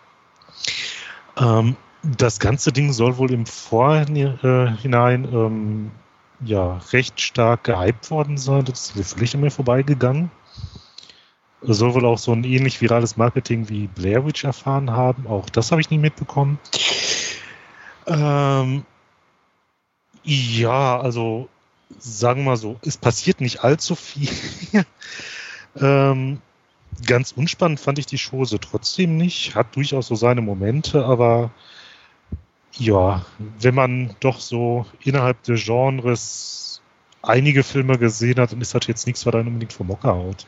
Das ganze Ding soll wohl im Vorhinein recht stark gehypt worden sein. Das ist völlig an mir vorbeigegangen. Es soll wohl auch so ein ähnlich virales Marketing wie Blair Witch erfahren haben. Auch das habe ich nicht mitbekommen. Also sagen wir mal so, es passiert nicht allzu viel. Ganz unspannend fand ich die Chose trotzdem nicht. Hat durchaus so seine Momente, aber ja, wenn man doch so innerhalb des Genres einige Filme gesehen hat, dann ist das jetzt nichts, was einen unbedingt vom Hocker haut.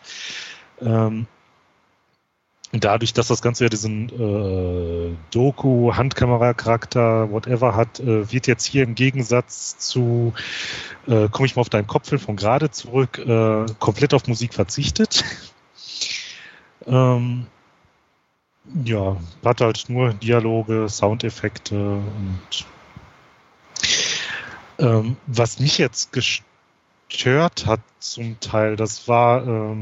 Dadurch, dass das Ganze ja diesen Doku-Handkamera-Charakter, whatever hat, wird jetzt hier im Gegensatz zu komme ich mal auf deinen Kopffilm von gerade zurück, komplett auf Musik verzichtet. Hat halt nur Dialoge, Soundeffekte und was mich jetzt gestört hat zum Teil, das war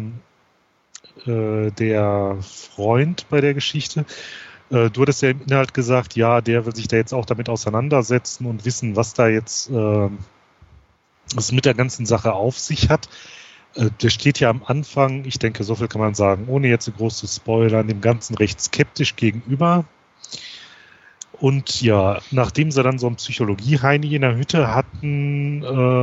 der Freund bei der Geschichte. Du hattest ja im Inhalt gesagt, ja, der will sich da jetzt auch damit auseinandersetzen und wissen, was da jetzt was mit der ganzen Sache auf sich hat. Der steht ja am Anfang, ich denke, so viel kann man sagen, ohne jetzt so groß zu spoilern, dem Ganzen recht skeptisch gegenüber. Und ja, nachdem sie dann so einen Psychologie-Heini in der Hütte hatten,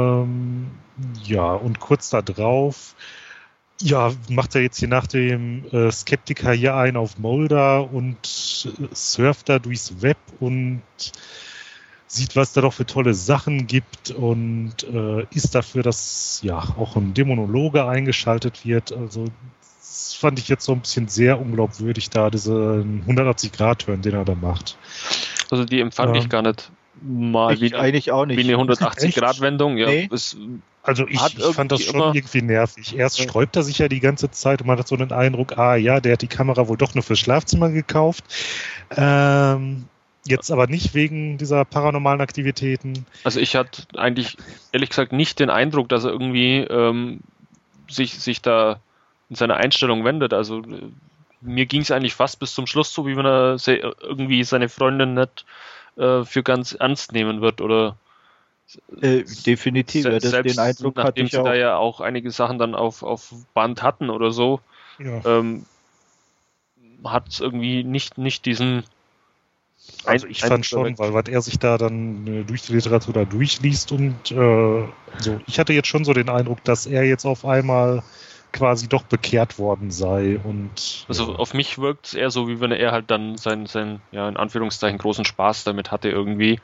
und kurz da drauf, macht er jetzt hier nach dem Skeptiker hier einen auf Mulder und surft da durchs Web und sieht, was da doch für tolle Sachen gibt und ist dafür, dass auch ein Dämonologe eingeschaltet wird. Also das fand ich jetzt so ein bisschen sehr unglaubwürdig, da diesen 180-Grad-Turn, den er da macht. Also die empfand ich gar nicht mal wie eine 180-Grad-Wendung. Ja, nee. Also ich fand das schon irgendwie nervig. Erst sträubt er sich ja die ganze Zeit und man hat so den Eindruck, der hat die Kamera wohl doch nur fürs Schlafzimmer gekauft. Jetzt aber nicht wegen dieser paranormalen Aktivitäten. Also ich hatte eigentlich, ehrlich gesagt, nicht den Eindruck, dass er irgendwie sich da in seiner Einstellung wendet. Also mir ging es eigentlich fast bis zum Schluss so, wie wenn er irgendwie seine Freundin nicht für ganz ernst nehmen wird. Oder definitiv, selbst den Eindruck hatte nachdem ich sie auch. Da ja auch einige Sachen dann auf Band hatten oder so, hat es irgendwie nicht diesen. Also ich fand schon, weil was er sich da dann durch die Literatur da durchliest und ich hatte jetzt schon so den Eindruck, dass er jetzt auf einmal quasi doch bekehrt worden sei und also auf mich wirkt es eher so, wie wenn er halt dann seinen in Anführungszeichen großen Spaß damit hatte irgendwie,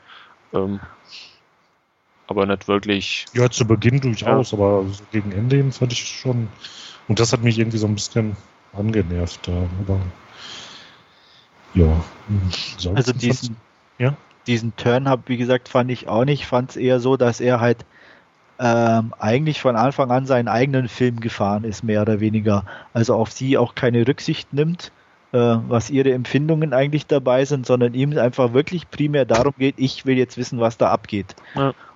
aber nicht wirklich. Ja, zu Beginn durchaus, aber so gegen Ende hin fand ich schon, und das hat mich irgendwie so ein bisschen angenervt da, aber also diesen Turn wie gesagt, fand ich auch nicht. Fand es eher so, dass er halt eigentlich von Anfang an seinen eigenen Film gefahren ist, mehr oder weniger. Also auf sie auch keine Rücksicht nimmt, was ihre Empfindungen eigentlich dabei sind, sondern ihm einfach wirklich primär darum geht, ich will jetzt wissen, was da abgeht. Ja.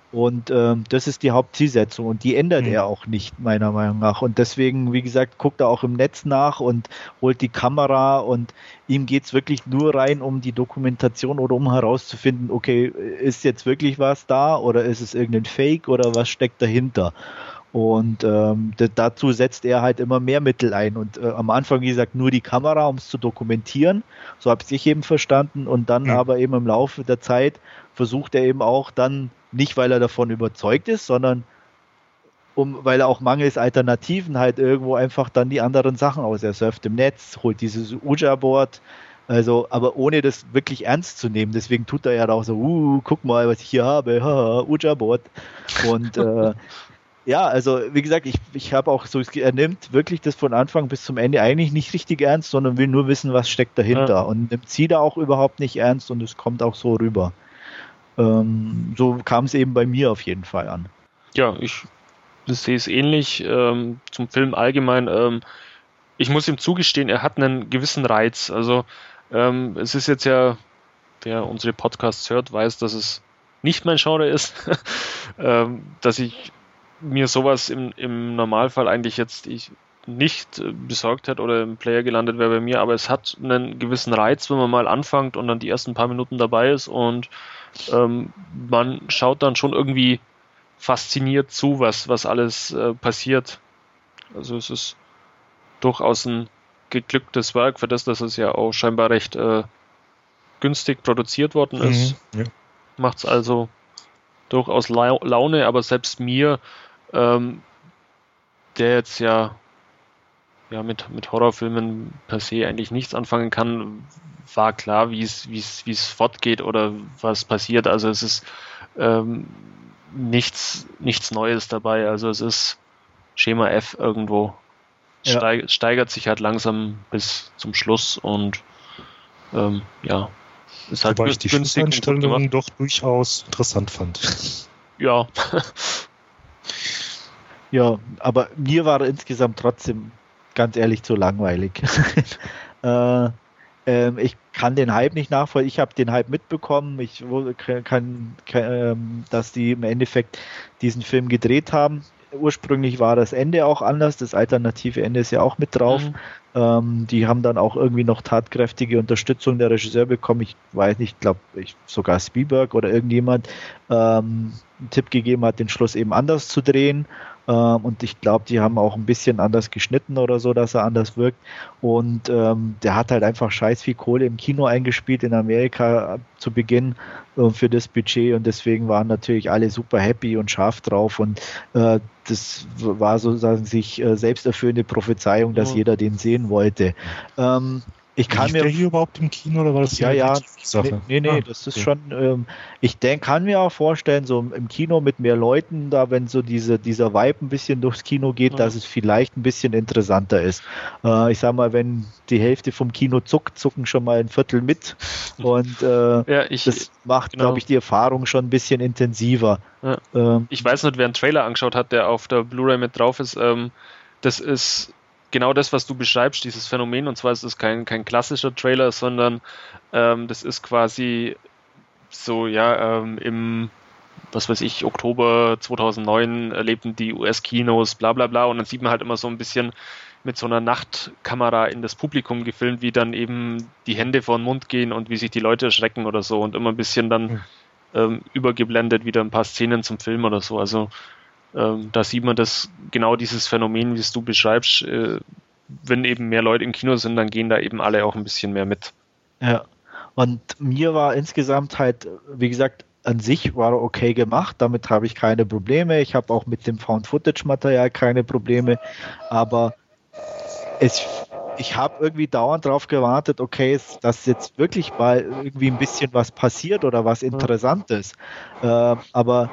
Und das ist die Hauptzielsetzung und die ändert er auch nicht, meiner Meinung nach. Und deswegen, wie gesagt, guckt er auch im Netz nach und holt die Kamera und ihm geht's wirklich nur rein um die Dokumentation oder um herauszufinden, okay, ist jetzt wirklich was da oder ist es irgendein Fake oder was steckt dahinter? Und dazu setzt er halt immer mehr Mittel ein. Und am Anfang, wie gesagt, nur die Kamera, um es zu dokumentieren. So habe ich eben verstanden. Und dann aber eben im Laufe der Zeit versucht er eben auch dann, nicht weil er davon überzeugt ist, sondern weil er auch mangels Alternativen halt irgendwo einfach dann die anderen Sachen aus. Er surft im Netz, holt dieses Ouija-Board, also, aber ohne das wirklich ernst zu nehmen. Deswegen tut er ja auch so, guck mal, was ich hier habe, Ouija-Board. Und ja, also wie gesagt, ich habe auch so, er nimmt wirklich das von Anfang bis zum Ende eigentlich nicht richtig ernst, sondern will nur wissen, was steckt dahinter. Ja. Und nimmt sie da auch überhaupt nicht ernst und es kommt auch so rüber. So kam es eben bei mir auf jeden Fall an. Ja, ich sehe es ähnlich. Zum Film allgemein. Ich muss ihm zugestehen, er hat einen gewissen Reiz. Also es ist jetzt ja, wer unsere Podcasts hört, weiß, dass es nicht mein Genre ist. Dass ich mir sowas im Normalfall eigentlich jetzt nicht besorgt hätte oder im Player gelandet wäre bei mir, aber es hat einen gewissen Reiz, wenn man mal anfängt und dann die ersten paar Minuten dabei ist und man schaut dann schon irgendwie fasziniert zu, was alles passiert. Also es ist durchaus ein geglücktes Werk für das, dass es ja auch scheinbar recht günstig produziert worden ist. Ja. Macht es also durchaus Laune, aber selbst mir, der jetzt ja mit Horrorfilmen per se eigentlich nichts anfangen kann, war klar, wie es fortgeht oder was passiert. Also es ist nichts Neues dabei. Also es ist Schema F irgendwo. Ja. Steigert sich halt langsam bis zum Schluss und ist halt wobei ich die Schlusseinstellungen doch durchaus interessant fand. Ja. Ja, aber mir war insgesamt trotzdem ganz ehrlich zu langweilig. Ich kann den Hype nicht nachvollziehen. Ich habe den Hype mitbekommen. Ich kann, dass die im Endeffekt diesen Film gedreht haben. Ursprünglich war das Ende auch anders. Das alternative Ende ist ja auch mit drauf. Die haben dann auch irgendwie noch tatkräftige Unterstützung der Regisseur bekommen. Ich weiß nicht, glaube sogar Spielberg oder irgendjemand einen Tipp gegeben hat, den Schluss eben anders zu drehen. Und ich glaube, die haben auch ein bisschen anders geschnitten oder so, dass er anders wirkt. Und der hat halt einfach scheiß viel Kohle im Kino eingespielt in Amerika zu Beginn für das Budget. Und deswegen waren natürlich alle super happy und scharf drauf. Und das war sozusagen sich selbst erfüllende Prophezeiung, dass jeder den sehen wollte. Ich kann mir der hier überhaupt im Kino oder war das ja Sache? Nee, das ist schon. Kann mir auch vorstellen, so im Kino mit mehr Leuten, da wenn so dieser Vibe ein bisschen durchs Kino geht, dass es vielleicht ein bisschen interessanter ist. Ich sag mal, wenn die Hälfte vom Kino zucken schon mal ein Viertel mit und das macht, glaube ich, die Erfahrung schon ein bisschen intensiver. Ja. Ich weiß nicht, wer einen Trailer angeschaut hat, der auf der Blu-ray mit drauf ist. Das ist genau das, was du beschreibst, dieses Phänomen, und zwar ist es kein klassischer Trailer, sondern das ist quasi so, im, was weiß ich, Oktober 2009 erlebten die US-Kinos, bla bla bla, und dann sieht man halt immer so ein bisschen mit so einer Nachtkamera in das Publikum gefilmt, wie dann eben die Hände vor den Mund gehen und wie sich die Leute erschrecken oder so, und immer ein bisschen dann übergeblendet wieder ein paar Szenen zum Film oder so, also da sieht man genau dieses Phänomen, wie es du beschreibst, wenn eben mehr Leute im Kino sind, dann gehen da eben alle auch ein bisschen mehr mit. Ja, und mir war insgesamt halt, wie gesagt, an sich war er okay gemacht, damit habe ich keine Probleme. Ich habe auch mit dem Found-Footage-Material keine Probleme, aber ich habe irgendwie dauernd darauf gewartet, okay, dass jetzt wirklich mal irgendwie ein bisschen was passiert oder was Interessantes. Aber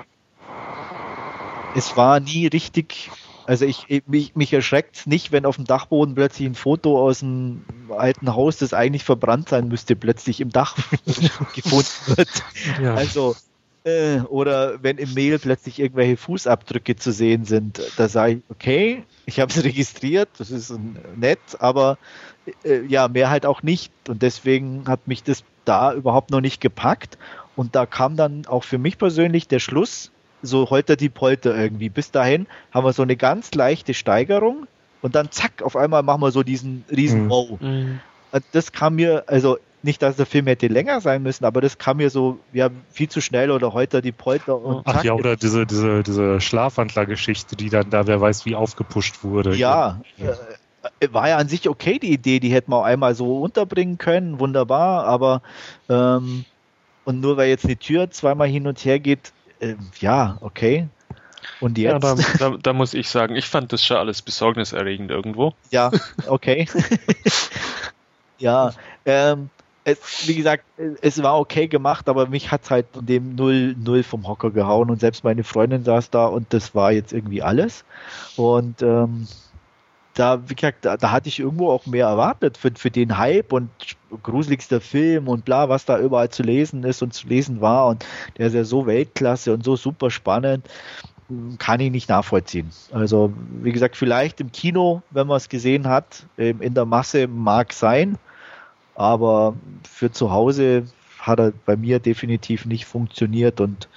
es war nie richtig, also mich erschreckt nicht, wenn auf dem Dachboden plötzlich ein Foto aus einem alten Haus, das eigentlich verbrannt sein müsste, plötzlich im Dach gefunden wird. Ja. Also, oder wenn im Mail plötzlich irgendwelche Fußabdrücke zu sehen sind, da sage ich, okay, ich habe es registriert, das ist nett, aber mehr halt auch nicht. Und deswegen hat mich das da überhaupt noch nicht gepackt. Und da kam dann auch für mich persönlich der Schluss, so holter die Polter irgendwie. Bis dahin haben wir so eine ganz leichte Steigerung und dann zack, auf einmal machen wir so diesen riesen Wow. Und das kam mir, also nicht, dass der Film hätte länger sein müssen, aber das kam mir so, ja, viel zu schnell oder holter die Polter und zack. Ach ja, oder diese Schlafwandler-Geschichte, die dann da, wer weiß, wie aufgepusht wurde. Ja, war ja an sich okay, die Idee, die hätten wir auch einmal so unterbringen können, wunderbar, aber und nur weil jetzt die Tür zweimal hin und her geht, ja, okay. Und jetzt? Ja, da muss ich sagen, ich fand das schon alles besorgniserregend irgendwo. Ja, okay. Ja, wie gesagt, es war okay gemacht, aber mich hat es halt in dem 0 vom Hocker gehauen und selbst meine Freundin saß da und das war jetzt irgendwie alles. Und da, wie gesagt, da hatte ich irgendwo auch mehr erwartet für den Hype und gruseligster Film und bla, was da überall zu lesen ist und zu lesen war und der ist ja so Weltklasse und so super spannend, kann ich nicht nachvollziehen. Also, wie gesagt, vielleicht im Kino, wenn man es gesehen hat, in der Masse mag sein, aber für zu Hause hat er bei mir definitiv nicht funktioniert und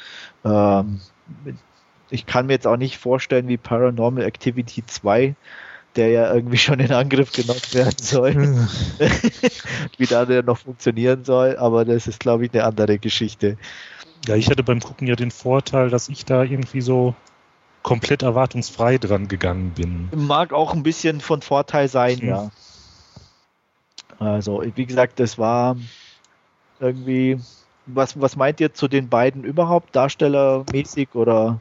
ich kann mir jetzt auch nicht vorstellen, wie Paranormal Activity 2, der ja irgendwie schon in Angriff genommen werden soll, wie da der noch funktionieren soll, aber das ist, glaube ich, eine andere Geschichte. Ja, ich hatte beim Gucken ja den Vorteil, dass ich da irgendwie so komplett erwartungsfrei dran gegangen bin. Mag auch ein bisschen von Vorteil sein, ja. Also, wie gesagt, das war irgendwie, was meint ihr zu den beiden überhaupt, darstellermäßig oder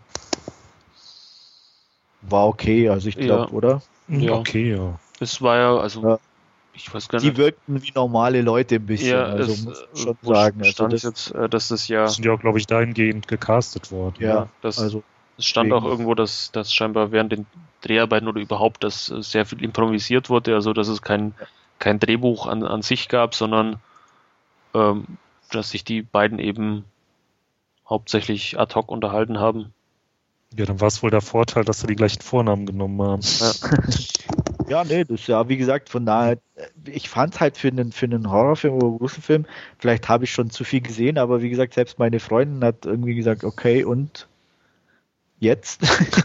war okay, also ich glaube, oder? Ja. Okay, ja. Es war ja, also ich weiß gar nicht. Die wirkten wie normale Leute ein bisschen, Ja, also es, muss ich schon sagen. Stand Also jetzt, dass das ja, Sind ja auch, glaube ich, dahingehend gecastet worden. ja, das, also es stand deswegen. auch irgendwo, dass scheinbar während den Dreharbeiten oder überhaupt, dass sehr viel improvisiert wurde, also dass es kein Drehbuch an sich gab, sondern dass sich die beiden eben hauptsächlich ad hoc unterhalten haben. Ja, dann war es wohl der Vorteil, dass sie die gleichen Vornamen genommen haben. Ja, nee, das ist ja, wie gesagt, von daher, ich fand es halt für einen Horrorfilm oder Gruselfilm, vielleicht habe ich schon zu viel gesehen, aber wie gesagt, selbst meine Freundin hat irgendwie gesagt, okay, und jetzt?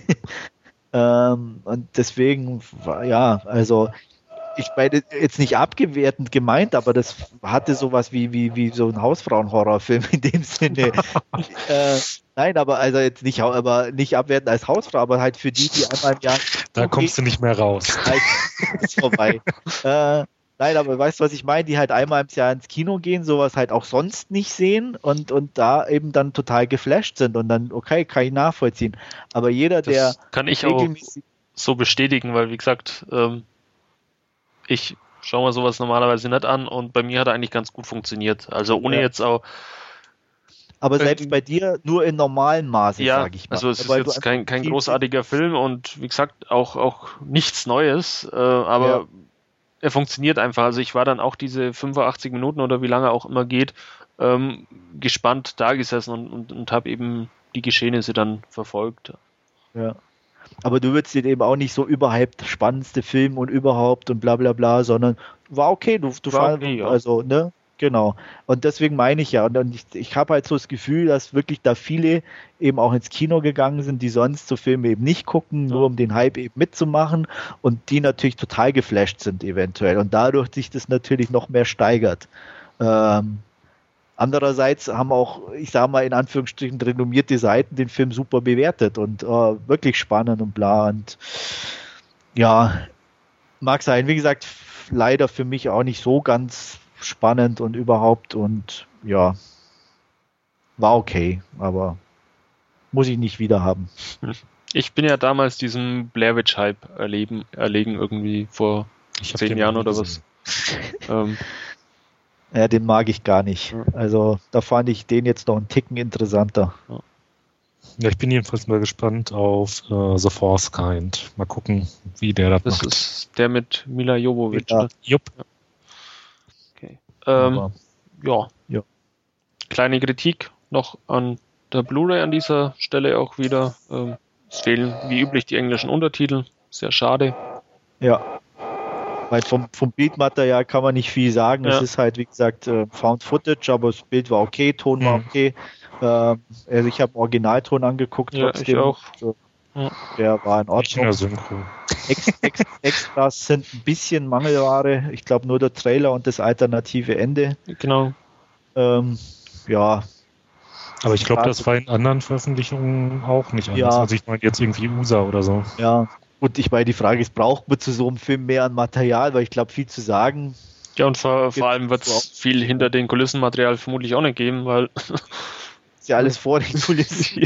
Und deswegen, ja, also ich meine, jetzt nicht abgewertend gemeint, aber das hatte sowas wie so ein Hausfrauen-Horrorfilm in dem Sinne. Nein, aber also jetzt nicht abwertend als Hausfrau, aber halt für die einmal im Jahr. Da kommst du nicht mehr raus. Halt, ist vorbei. Nein, aber weißt du, was ich meine? Die halt einmal im Jahr ins Kino gehen, sowas halt auch sonst nicht sehen und da eben dann total geflasht sind und dann, okay, kann ich nachvollziehen. Aber jeder, der Das kann ich auch so bestätigen, weil wie gesagt, ich schaue mir sowas normalerweise nicht an und bei mir hat er eigentlich ganz gut funktioniert. Also ohne jetzt auch. Aber selbst bei dir nur in normalen Maße, sage ich mal. Also es ist jetzt kein großartiger Film und wie gesagt auch nichts Neues, aber er funktioniert einfach. Also ich war dann auch diese 85 Minuten oder wie lange auch immer geht, gespannt da gesessen und habe eben die Geschehnisse dann verfolgt. Ja. Aber du würdest den eben auch nicht so überhyped spannendste Film und überhaupt und bla bla bla, sondern war okay, also, ne? Genau. Und deswegen meine ich ja, und ich habe halt so das Gefühl, dass wirklich da viele eben auch ins Kino gegangen sind, die sonst so Filme eben nicht gucken, nur um den Hype eben mitzumachen und die natürlich total geflasht sind eventuell und dadurch sich das natürlich noch mehr steigert. Andererseits haben auch, ich sage mal in Anführungsstrichen, renommierte Seiten den Film super bewertet und wirklich spannend und bla und ja, mag sein. Wie gesagt, leider für mich auch nicht so ganz spannend und überhaupt und ja, war okay, aber muss ich nicht wieder haben. Ich bin ja damals diesem Blair Witch Hype erlegen irgendwie vor 10 Jahren oder was. Ja, den mag ich gar nicht. Also da fand ich den jetzt noch einen Ticken interessanter. Ja, ich bin jedenfalls mal gespannt auf The Fourth Kind. Mal gucken, wie der das macht. Das ist der mit Mila Jovovich, ja. Ne? Jupp. Okay. Ja. Kleine Kritik noch an der Blu-ray an dieser Stelle auch wieder. Es fehlen wie üblich die englischen Untertitel. Sehr schade. Ja. Weil vom Bildmaterial kann man nicht viel sagen. Ja. Es ist halt, wie gesagt, Found Footage, aber das Bild war okay, Ton war okay. Also ich habe Originalton angeguckt, Ja, trotzdem. ich auch. Der war in Nicht in Ordnung. der Synchro. Extras sind ein bisschen Mangelware. Ich glaube nur der Trailer und das alternative Ende. Genau. Ja. Aber ich glaube, das war in anderen Veröffentlichungen auch nicht anders. Ja. Also ich meine jetzt irgendwie USA oder so. Ja. Und ich meine, die Frage ist, braucht man zu so einem Film mehr an Material? Weil ich glaube, viel zu sagen. Ja, und vor allem wird es viel hinter den Kulissenmaterial vermutlich auch nicht geben, weil Ist ja alles vor den Kulissen.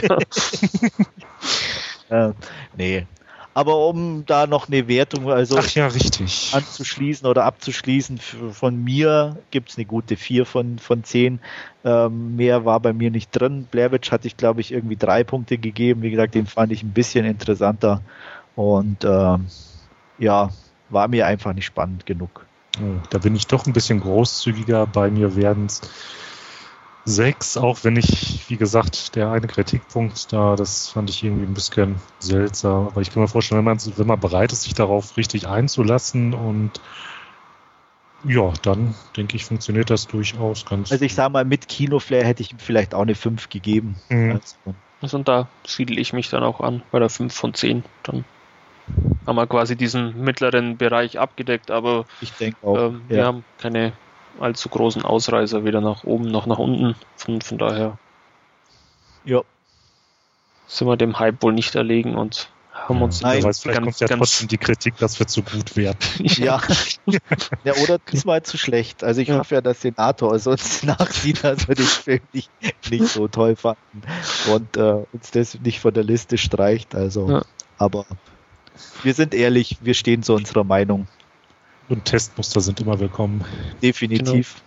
ja. Nee. Aber um da noch eine Wertung Ach ja, richtig. anzuschließen oder abzuschließen, von mir gibt es eine gute 4 von 10. Mehr war bei mir nicht drin. Blair Witch hatte ich, glaube ich, irgendwie 3 Punkte gegeben. Wie gesagt, den fand ich ein bisschen interessanter. Und ja, war mir einfach nicht spannend genug. Oh, da bin ich doch ein bisschen großzügiger. Bei mir werden es 6, auch wenn ich, wie gesagt, der eine Kritikpunkt da, das fand ich irgendwie ein bisschen seltsam. Aber ich kann mir vorstellen, wenn man bereit ist, sich darauf richtig einzulassen und ja, dann denke ich, funktioniert das durchaus ganz Also ich sage mal, mit Kinoflair hätte ich ihm vielleicht auch eine 5 gegeben. Mhm. Also, Und da siedle ich mich dann auch an bei der 5 von 10. Dann haben wir quasi diesen mittleren Bereich abgedeckt, aber ich denke auch. wir haben keine allzu großen Ausreißer, weder nach oben noch nach unten. Von daher Ja. sind wir dem Hype wohl nicht erlegen und haben uns Nein, Vielleicht kommt ja trotzdem die Kritik, dass wir zu gut werden. Ja. Ja, oder diesmal zu schlecht. Also ich hoffe ja, dass Senator sonst nachsieht, dass wir den Film nicht so toll fanden und uns das nicht von der Liste streicht. Also, aber wir sind ehrlich, wir stehen zu unserer Meinung. Und Testmuster sind immer willkommen. Definitiv.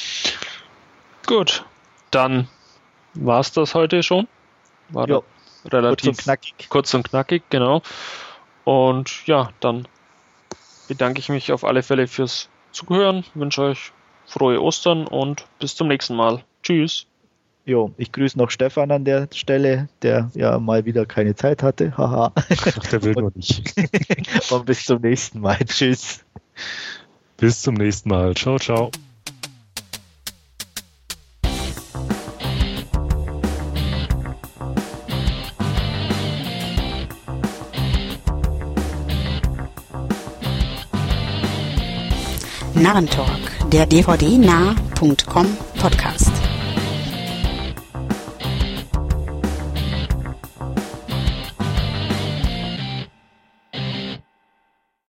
Gut, dann war es das heute schon. War Ja, relativ kurz und knackig, genau. Und ja, dann bedanke ich mich auf alle Fälle fürs Zuhören, wünsche euch frohe Ostern und bis zum nächsten Mal. Tschüss. Jo, ich grüße noch Stefan an der Stelle, der ja mal wieder keine Zeit hatte. Haha. Ach, der will nur nicht. Und bis zum nächsten Mal. Tschüss. Bis zum nächsten Mal. Ciao, ciao. Narrentalk, der dvd-nah.com Podcast.